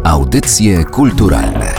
Audycje kulturalne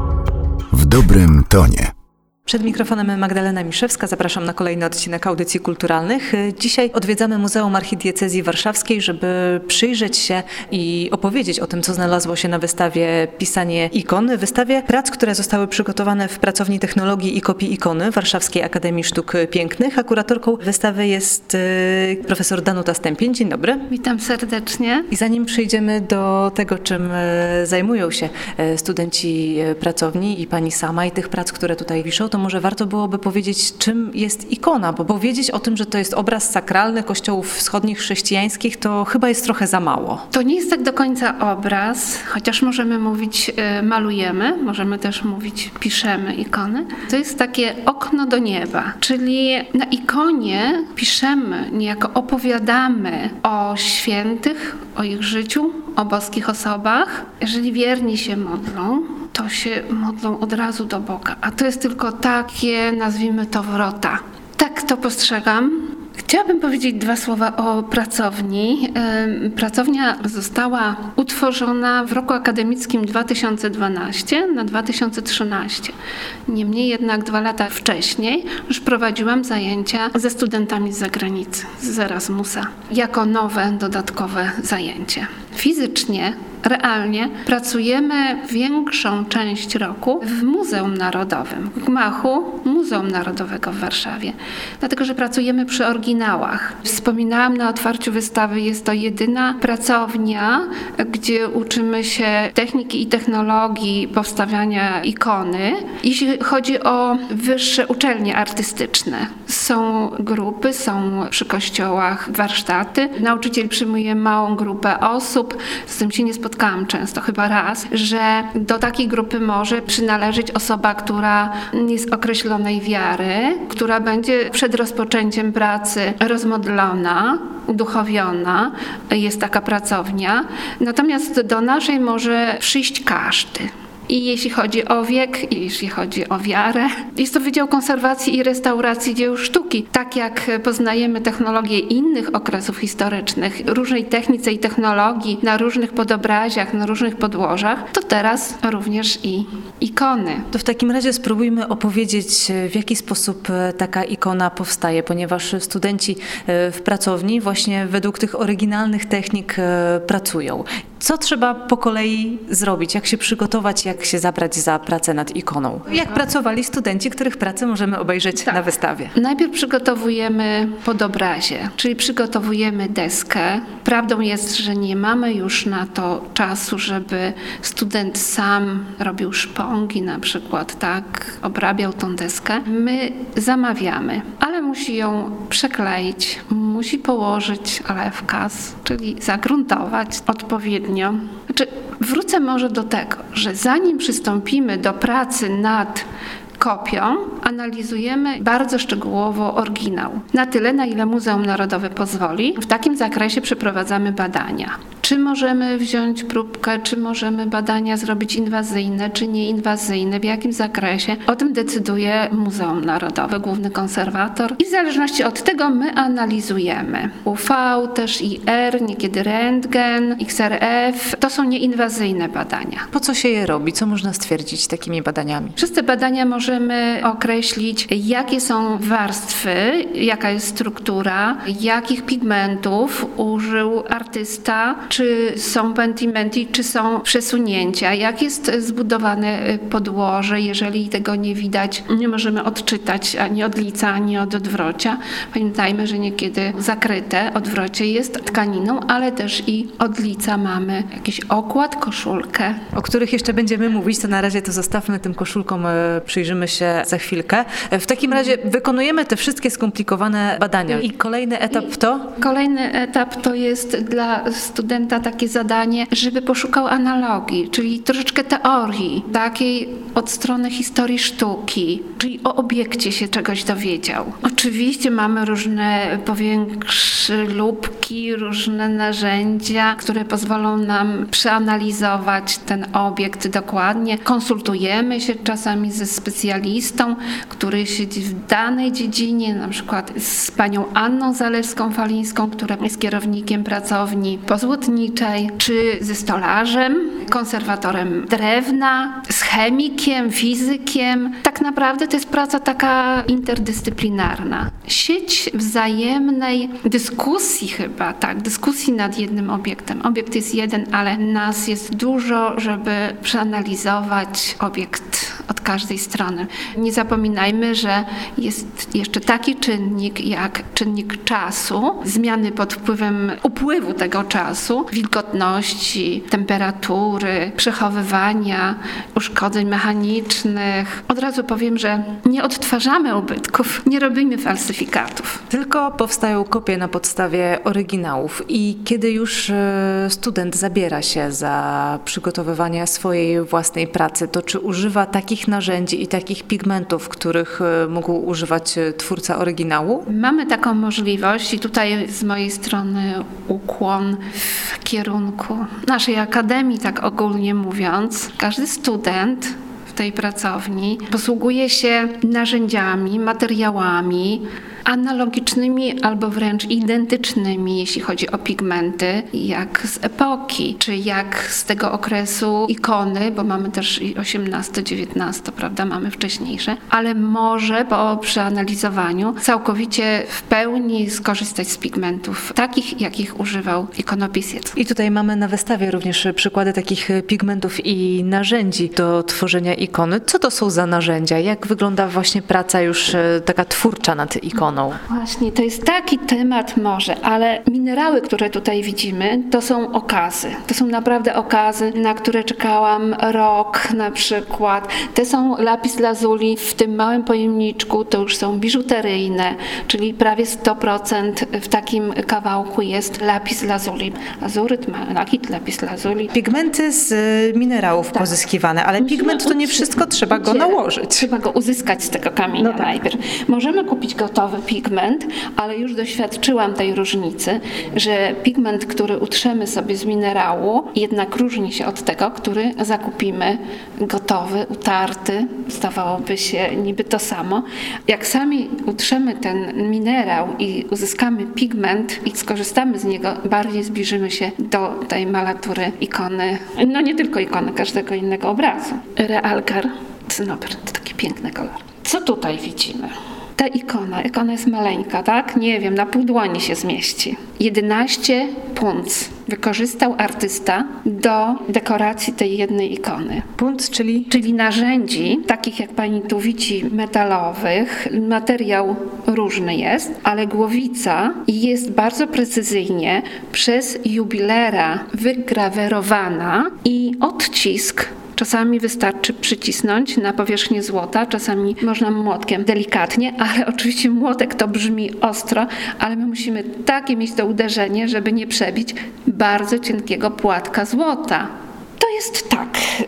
w dobrym tonie. Przed mikrofonem Magdalena Miszewska, zapraszam na kolejny odcinek Audycji Kulturalnych. Dzisiaj odwiedzamy Muzeum Archidiecezji Warszawskiej, żeby przyjrzeć się i opowiedzieć o tym, co znalazło się na wystawie Pisanie ikon. Wystawie prac, które zostały przygotowane w Pracowni Technologii i Kopii Ikony Warszawskiej Akademii Sztuk Pięknych, a kuratorką wystawy jest profesor Danuta Stępień. Dzień dobry. Witam serdecznie. I zanim przejdziemy do tego, czym zajmują się studenci pracowni i pani sama i tych prac, które tutaj wiszą, to może warto byłoby powiedzieć, czym jest ikona, bo powiedzieć o tym, że to jest obraz sakralny kościołów wschodnich chrześcijańskich, to chyba jest trochę za mało. To nie jest tak do końca obraz, chociaż możemy mówić malujemy, możemy też mówić piszemy ikony. To jest takie okno do nieba, czyli na ikonie piszemy, niejako opowiadamy o świętych, o ich życiu, o boskich osobach. Jeżeli wierni się modlą, to się modlą od razu do Boga. A to jest tylko takie, nazwijmy to, wrota. Tak to postrzegam. Chciałabym powiedzieć dwa słowa o pracowni. Pracownia została utworzona w roku akademickim 2012 na 2013. Niemniej jednak 2 lata wcześniej już prowadziłam zajęcia ze studentami z zagranicy, z Erasmusa, jako nowe, dodatkowe zajęcie. Fizycznie, realnie pracujemy większą część roku w Muzeum Narodowym, w gmachu Muzeum Narodowego w Warszawie, dlatego że pracujemy przy oryginałach. Wspominałam na otwarciu wystawy, jest to jedyna pracownia, gdzie uczymy się techniki i technologii powstawania ikony. Jeśli chodzi o wyższe uczelnie artystyczne, są grupy, są przy kościołach warsztaty. Nauczyciel przyjmuje małą grupę osób, z tym się nie spotkałam często, chyba raz, że do takiej grupy może przynależeć osoba, która jest określonej wiary, która będzie przed rozpoczęciem pracy rozmodlona, uduchowiona, jest taka pracownia. Natomiast do naszej może przyjść każdy. I jeśli chodzi o wiek, i jeśli chodzi o wiarę, jest to Wydział Konserwacji i Restauracji Dzieł Sztuki. Tak jak poznajemy technologie innych okresów historycznych, różnej technice i technologii na różnych podobraziach, na różnych podłożach, to teraz również i ikony. To w takim razie spróbujmy opowiedzieć, w jaki sposób taka ikona powstaje, ponieważ studenci w pracowni właśnie według tych oryginalnych technik pracują. Co trzeba po kolei zrobić? Jak się przygotować, jak się zabrać za pracę nad ikoną? Jak pracowali studenci, których pracę możemy obejrzeć na wystawie? Najpierw przygotowujemy podobrazie, czyli przygotowujemy deskę. Prawdą jest, że nie mamy już na to czasu, żeby student sam robił szpongi na przykład, tak, obrabiał tą deskę. My zamawiamy, ale musi ją przekleić, musi położyć lewkas, czyli zagruntować odpowiednio. Wrócę może do tego, że zanim przystąpimy do pracy nad kopią, analizujemy bardzo szczegółowo oryginał. Na tyle, na ile Muzeum Narodowe pozwoli. W takim zakresie przeprowadzamy badania. Czy możemy wziąć próbkę, czy możemy badania zrobić inwazyjne, czy nieinwazyjne, w jakim zakresie. O tym decyduje Muzeum Narodowe, główny konserwator. I w zależności od tego my analizujemy. UV, też IR, niekiedy rentgen, XRF. To są nieinwazyjne badania. Po co się je robi? Co można stwierdzić takimi badaniami? Przez te badania możemy określić, jakie są warstwy, jaka jest struktura, jakich pigmentów użył artysta, czy są pentimenti, czy są przesunięcia, jak jest zbudowane podłoże. Jeżeli tego nie widać, nie możemy odczytać ani od lica, ani od odwrocia. Pamiętajmy, że niekiedy zakryte odwrocie jest tkaniną, ale też i od lica mamy jakiś okład, koszulkę. O których jeszcze będziemy mówić, to na razie to zostawmy tym koszulkom, przyjrzymy się za chwilkę. W takim razie wykonujemy te wszystkie skomplikowane badania. I kolejny etap to? Kolejny etap to jest dla studenta takie zadanie, żeby poszukał analogii, czyli troszeczkę teorii, takiej od strony historii sztuki, czyli o obiekcie się czegoś dowiedział. Oczywiście mamy różne powiększlubki, różne narzędzia, które pozwolą nam przeanalizować ten obiekt dokładnie. Konsultujemy się czasami ze specjalistą, który siedzi w danej dziedzinie, na przykład z panią Anną Zalewską-Falińską, która jest kierownikiem pracowni po Złotnicy, płatniczej, czy ze stolarzem, konserwatorem drewna, z chemikiem, fizykiem. Tak naprawdę to jest praca taka interdyscyplinarna. Sieć wzajemnej dyskusji chyba, tak, dyskusji nad jednym obiektem. Obiekt jest jeden, ale nas jest dużo, żeby przeanalizować obiekt od każdej strony. Nie zapominajmy, że jest jeszcze taki czynnik jak czynnik czasu, zmiany pod wpływem upływu tego czasu, wilgotności, temperatury, przechowywania, uszkodzeń mechanicznych. Od razu powiem, że nie odtwarzamy ubytków, nie robimy falsyfikatów. Tylko powstają kopie na podstawie oryginałów i kiedy już student zabiera się za przygotowywanie swojej własnej pracy, to czy używa takich narzędzi i takich pigmentów, których mógł używać twórca oryginału? Mamy taką możliwość i tutaj z mojej strony ukłon w kierunku naszej akademii, tak ogólnie mówiąc. Każdy student w tej pracowni posługuje się narzędziami, materiałami analogicznymi albo wręcz identycznymi, jeśli chodzi o pigmenty, jak z epoki, czy jak z tego okresu ikony, bo mamy też i XVIII-XIX, prawda, mamy wcześniejsze, ale może po przeanalizowaniu całkowicie w pełni skorzystać z pigmentów takich, jakich używał ikonopisiec. I tutaj mamy na wystawie również przykłady takich pigmentów i narzędzi do tworzenia ikony. Co to są za narzędzia? Jak wygląda właśnie praca już taka twórcza nad ikoną? Właśnie, to jest taki temat może, ale minerały, które tutaj widzimy, to są okazy. To są naprawdę okazy, na które czekałam rok na przykład. Te są lapis lazuli w tym małym pojemniczku, to już są biżuteryjne, czyli prawie 100% w takim kawałku jest lapis lazuli. Azuryt, malachit, lapis lazuli. Pigmenty z minerałów pozyskiwane, ale pigment to nie wszystko, trzeba go nałożyć. Trzeba go uzyskać z tego kamienia najpierw. Możemy kupić gotowy pigment, ale już doświadczyłam tej różnicy, że pigment, który utrzemy sobie z minerału, jednak różni się od tego, który zakupimy gotowy, utarty. Zdawałoby się niby to samo. Jak sami utrzemy ten minerał i uzyskamy pigment i skorzystamy z niego, bardziej zbliżymy się do tej malatury ikony, no nie tylko ikony, każdego innego obrazu. Realgar, cynobr, to taki piękny kolor. Co tutaj widzimy? Ta ikona jest maleńka, tak? Nie wiem, na pół dłoni się zmieści. 11 punc wykorzystał artysta do dekoracji tej jednej ikony. Punc, czyli? Czyli narzędzi, takich jak pani tu widzi, metalowych. Materiał różny jest, ale głowica jest bardzo precyzyjnie przez jubilera wygrawerowana i odcisk czasami wystarczy przycisnąć na powierzchnię złota, czasami można młotkiem delikatnie, ale oczywiście młotek to brzmi ostro, ale my musimy takie mieć to uderzenie, żeby nie przebić bardzo cienkiego płatka złota. To jest tak,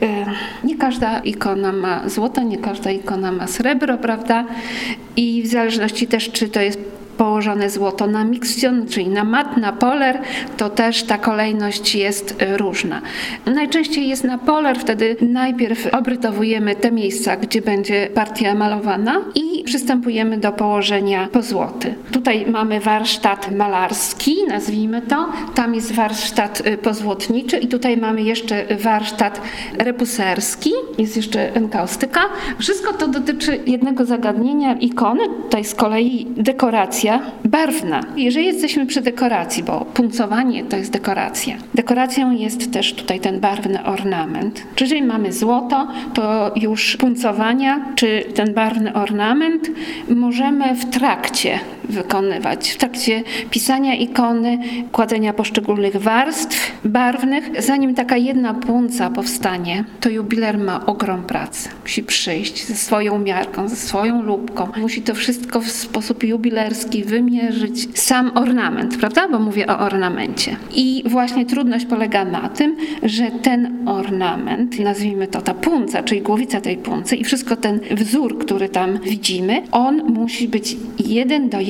nie każda ikona ma złoto, nie każda ikona ma srebro, prawda? I w zależności też, czy to jest położone złoto na miksjon, czyli na mat, na poler, to też ta kolejność jest różna. Najczęściej jest na poler, wtedy najpierw obrytowujemy te miejsca, gdzie będzie partia malowana i przystępujemy do położenia pozłoty. Tutaj mamy warsztat malarski, nazwijmy to, tam jest warsztat pozłotniczy i tutaj mamy jeszcze warsztat repuserski, jest jeszcze enkaustyka. Wszystko to dotyczy jednego zagadnienia ikony, tutaj z kolei dekoracja barwna. Jeżeli jesteśmy przy dekoracji, bo puncowanie to jest dekoracja. Dekoracją jest też tutaj ten barwny ornament. Czy jeżeli mamy złoto, to już puncowania, czy ten barwny ornament możemy w trakcie wykonywać. W trakcie pisania ikony, kładzenia poszczególnych warstw barwnych. Zanim taka jedna punca powstanie, to jubiler ma ogrom pracy. Musi przyjść ze swoją miarką, ze swoją lupką. Musi to wszystko w sposób jubilerski wymierzyć. Sam ornament, prawda? Bo mówię o ornamencie. I właśnie trudność polega na tym, że ten ornament, nazwijmy to ta punca, czyli głowica tej puncy i wszystko ten wzór, który tam widzimy, on musi być 1:1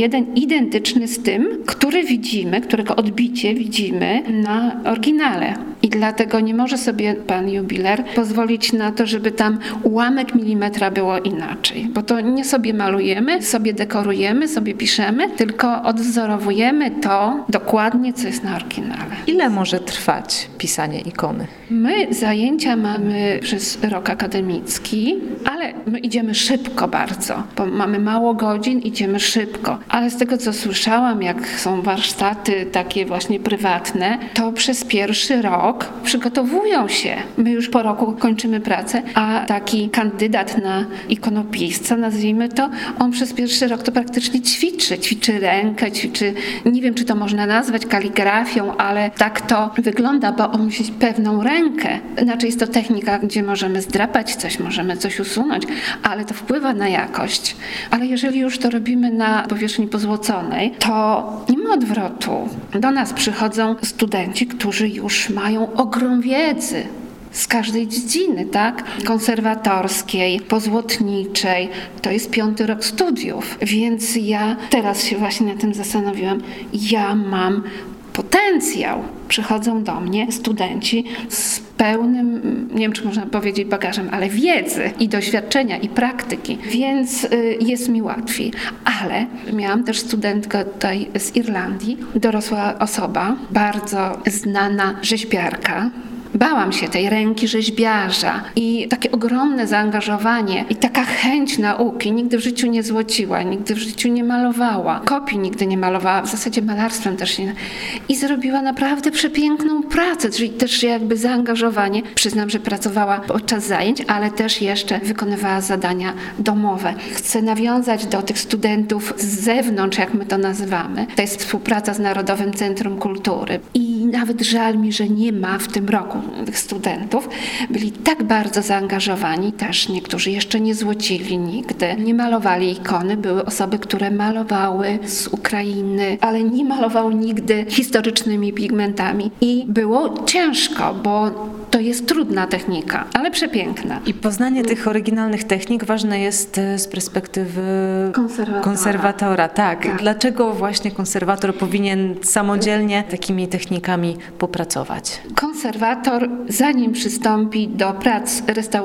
1 identyczny z tym, który widzimy, którego odbicie widzimy na oryginale. I dlatego nie może sobie pan jubiler pozwolić na to, żeby tam ułamek milimetra było inaczej. Bo to nie sobie malujemy, sobie dekorujemy, sobie piszemy, tylko odwzorowujemy to dokładnie, co jest na oryginale. Ile może trwać pisanie ikony? My zajęcia mamy przez rok akademicki, ale my idziemy szybko bardzo, bo mamy mało godzin, idziemy szybko. Ale z tego, co słyszałam, jak są warsztaty takie właśnie prywatne, to przez pierwszy rok przygotowują się. My już po roku kończymy pracę, a taki kandydat na ikonopisca, nazwijmy to, on przez pierwszy rok to praktycznie ćwiczy rękę, nie wiem, czy to można nazwać kaligrafią, ale tak to wygląda, bo on musi pewną rękę. Inaczej jest to technika, gdzie możemy zdrapać coś, możemy coś usunąć, ale to wpływa na jakość. Ale jeżeli już to robimy na powierzchni pozłoconej, to nie ma odwrotu. Do nas przychodzą studenci, którzy już mają ogrom wiedzy z każdej dziedziny, tak? Konserwatorskiej, pozłotniczej. To jest 5. rok studiów. Więc ja teraz się właśnie na tym zastanowiłam. Ja mam potencjał. Przychodzą do mnie studenci z pełnym, nie wiem, czy można powiedzieć bagażem, ale wiedzy i doświadczenia i praktyki, więc jest mi łatwiej. Ale miałam też studentkę tutaj z Irlandii, dorosła osoba, bardzo znana rzeźbiarka. Bałam się tej ręki rzeźbiarza i takie ogromne zaangażowanie i taka chęć nauki. Nigdy w życiu nie złociła, nigdy w życiu nie malowała, kopii nigdy nie malowała, w zasadzie malarstwem też nie. I zrobiła naprawdę przepiękną pracę, czyli też jakby zaangażowanie. Przyznam, że pracowała podczas zajęć, ale też jeszcze wykonywała zadania domowe. Chcę nawiązać do tych studentów z zewnątrz, jak my to nazywamy. To jest współpraca z Narodowym Centrum Kultury. I nawet żal mi, że nie ma w tym roku tych studentów. Byli tak bardzo zaangażowani, też niektórzy jeszcze nie złocili nigdy, nie malowali ikony. Były osoby, które malowały z Ukrainy, ale nie malowały nigdy historycznymi pigmentami. I było ciężko, bo to jest trudna technika, ale przepiękna. I poznanie tych oryginalnych technik ważne jest z perspektywy konserwatora. Tak. Dlaczego właśnie konserwator powinien samodzielnie takimi technikami popracować? Konserwator, zanim przystąpi do prac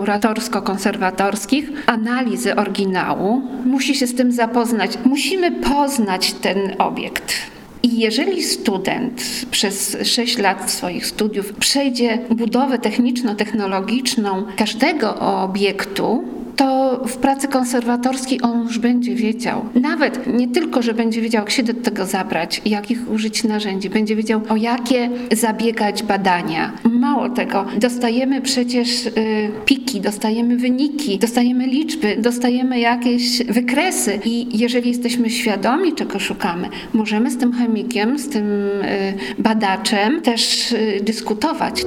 restauratorsko-konserwatorskich, analizy oryginału, musi się z tym zapoznać. Musimy poznać ten obiekt. I jeżeli student przez 6 lat swoich studiów przejdzie budowę techniczno-technologiczną każdego obiektu, to w pracy konserwatorskiej on już będzie wiedział. Nawet nie tylko, że będzie wiedział, jak się do tego zabrać, jakich użyć narzędzi, będzie wiedział, o jakie zabiegać badania. Mało tego, dostajemy przecież piki, dostajemy wyniki, dostajemy liczby, dostajemy jakieś wykresy i jeżeli jesteśmy świadomi, czego szukamy, możemy z tym chemikiem, z tym badaczem też dyskutować.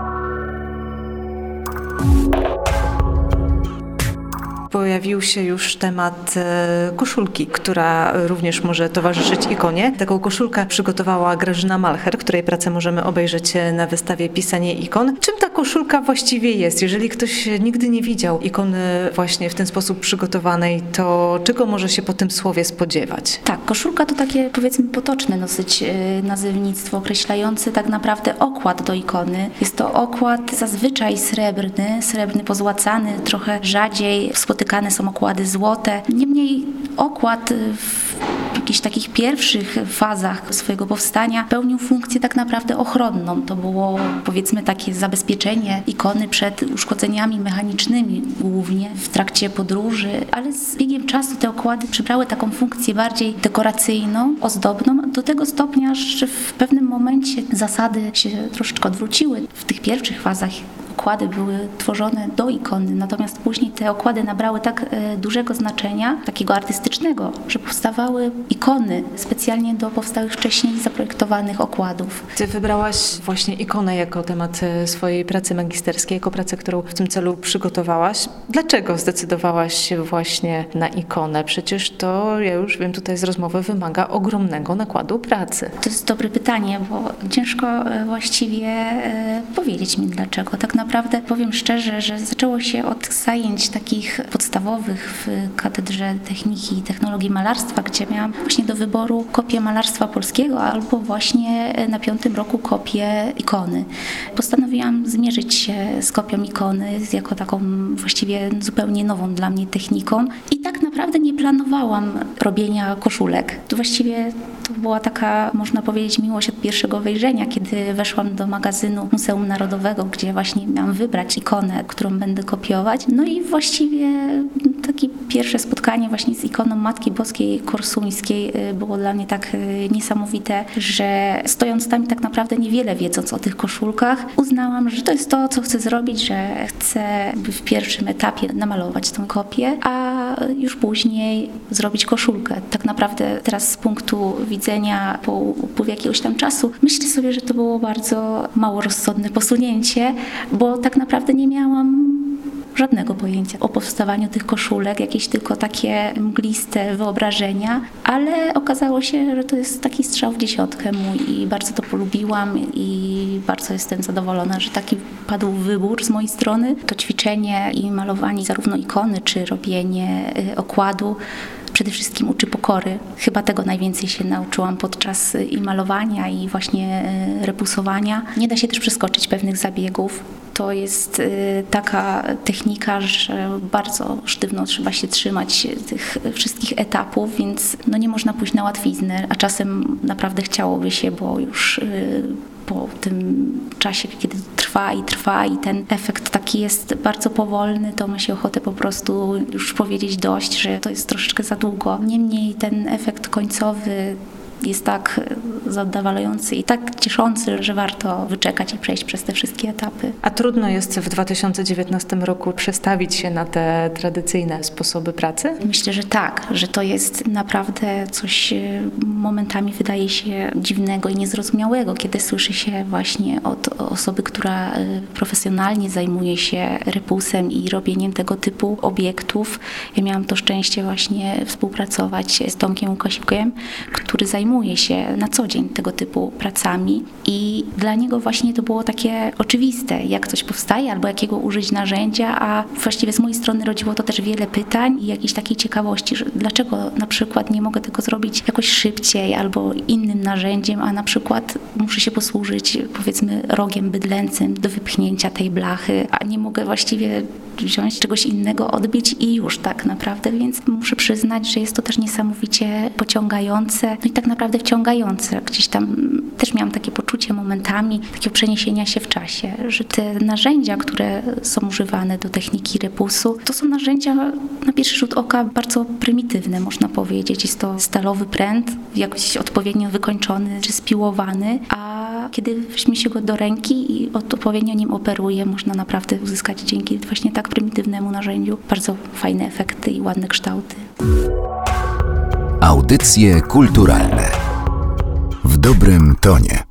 Pojawił się już temat koszulki, która również może towarzyszyć ikonie. Taką koszulkę przygotowała Grażyna Malcher, której pracę możemy obejrzeć na wystawie Pisanie ikon. Czym ta koszulka właściwie jest? Jeżeli ktoś nigdy nie widział ikony właśnie w ten sposób przygotowanej, to czego może się po tym słowie spodziewać? Tak, koszulka to takie, powiedzmy, potoczne dosyć nazewnictwo określające tak naprawdę okład do ikony. Jest to okład zazwyczaj srebrny, pozłacany, trochę rzadziej spotykane są okłady złote. Niemniej okład w jakichś takich pierwszych fazach swojego powstania pełnił funkcję tak naprawdę ochronną. To było, powiedzmy, takie zabezpieczenie ikony przed uszkodzeniami mechanicznymi, głównie w trakcie podróży, ale z biegiem czasu te okłady przybrały taką funkcję bardziej dekoracyjną, ozdobną, do tego stopnia, że w pewnym momencie zasady się troszeczkę odwróciły. W tych pierwszych fazach okłady były tworzone do ikony, natomiast później te okłady nabrały tak dużego znaczenia, takiego artystycznego, że powstawały ikony specjalnie do powstałych wcześniej zaprojektowanych okładów. Ty wybrałaś właśnie ikonę jako temat swojej pracy magisterskiej, jako pracę, którą w tym celu przygotowałaś. Dlaczego zdecydowałaś się właśnie na ikonę? Przecież to, ja już wiem tutaj z rozmowy, wymaga ogromnego nakładu pracy. To jest dobre pytanie, bo ciężko właściwie powiedzieć mi dlaczego. Tak naprawdę naprawdę powiem szczerze, że zaczęło się od zajęć takich podstawowych w Katedrze Techniki i Technologii Malarstwa, gdzie miałam właśnie do wyboru kopię malarstwa polskiego albo właśnie na 5. roku kopię ikony. Postanowiłam zmierzyć się z kopią ikony jako taką właściwie zupełnie nową dla mnie techniką i tak naprawdę nie planowałam robienia koszulek. To właściwie to była taka, można powiedzieć, miłość od pierwszego wejrzenia, kiedy weszłam do magazynu Muzeum Narodowego, gdzie właśnie miałam wybrać ikonę, którą będę kopiować. No i właściwie takie pierwsze spotkanie właśnie z ikoną Matki Boskiej Korsuńskiej było dla mnie tak niesamowite, że stojąc tam tak naprawdę niewiele wiedząc o tych koszulkach, uznałam, że to jest to, co chcę zrobić, że chcę w pierwszym etapie namalować tą kopię, a już później zrobić koszulkę. Tak naprawdę teraz z punktu widzenia po upływie jakiegoś tam czasu myślę sobie, że to było bardzo mało rozsądne posunięcie, bo tak naprawdę nie miałam żadnego pojęcia o powstawaniu tych koszulek, jakieś tylko takie mgliste wyobrażenia, ale okazało się, że to jest taki strzał w dziesiątkę mój i bardzo to polubiłam i bardzo jestem zadowolona, że taki padł wybór z mojej strony. To ćwiczenie i malowanie zarówno ikony, czy robienie okładu przede wszystkim uczy pokory. Chyba tego najwięcej się nauczyłam podczas i malowania, i właśnie repusowania. Nie da się też przeskoczyć pewnych zabiegów. To jest taka technika, że bardzo sztywno trzeba się trzymać tych wszystkich etapów, więc no nie można pójść na łatwiznę, a czasem naprawdę chciałoby się, bo już po tym czasie, kiedy trwa i ten efekt taki jest bardzo powolny, to ma się ochotę po prostu już powiedzieć dość, że to jest troszeczkę za długo. Niemniej ten efekt końcowy jest tak zadowalający i tak cieszący, że warto wyczekać i przejść przez te wszystkie etapy. A trudno jest w 2019 roku przestawić się na te tradycyjne sposoby pracy? Myślę, że tak, że to jest naprawdę coś momentami wydaje się dziwnego i niezrozumiałego, kiedy słyszy się właśnie od osoby, która profesjonalnie zajmuje się repusem i robieniem tego typu obiektów. Ja miałam to szczęście właśnie współpracować z Tomkiem Łukasiukiem, który zajmuje się na co dzień tego typu pracami i dla niego właśnie to było takie oczywiste, jak coś powstaje albo jakiego użyć narzędzia, a właściwie z mojej strony rodziło to też wiele pytań i jakiejś takiej ciekawości, że dlaczego na przykład nie mogę tego zrobić jakoś szybciej albo innym narzędziem, a na przykład muszę się posłużyć powiedzmy rogiem bydlęcym do wypchnięcia tej blachy, a nie mogę właściwie wziąć czegoś innego, odbić i już tak naprawdę, więc muszę przyznać, że jest to też niesamowicie pociągające, no i tak naprawdę wciągające. Gdzieś tam też miałam takie poczucie momentami takiego przeniesienia się w czasie, że te narzędzia, które są używane do techniki repusu, to są narzędzia na pierwszy rzut oka bardzo prymitywne, można powiedzieć. Jest to stalowy pręt, jakoś odpowiednio wykończony czy spiłowany, a kiedy weźmie się go do ręki i odpowiednio nim operuje, można naprawdę uzyskać dzięki właśnie tak prymitywnemu narzędziu bardzo fajne efekty i ładne kształty. Audycje kulturalne w dobrym tonie.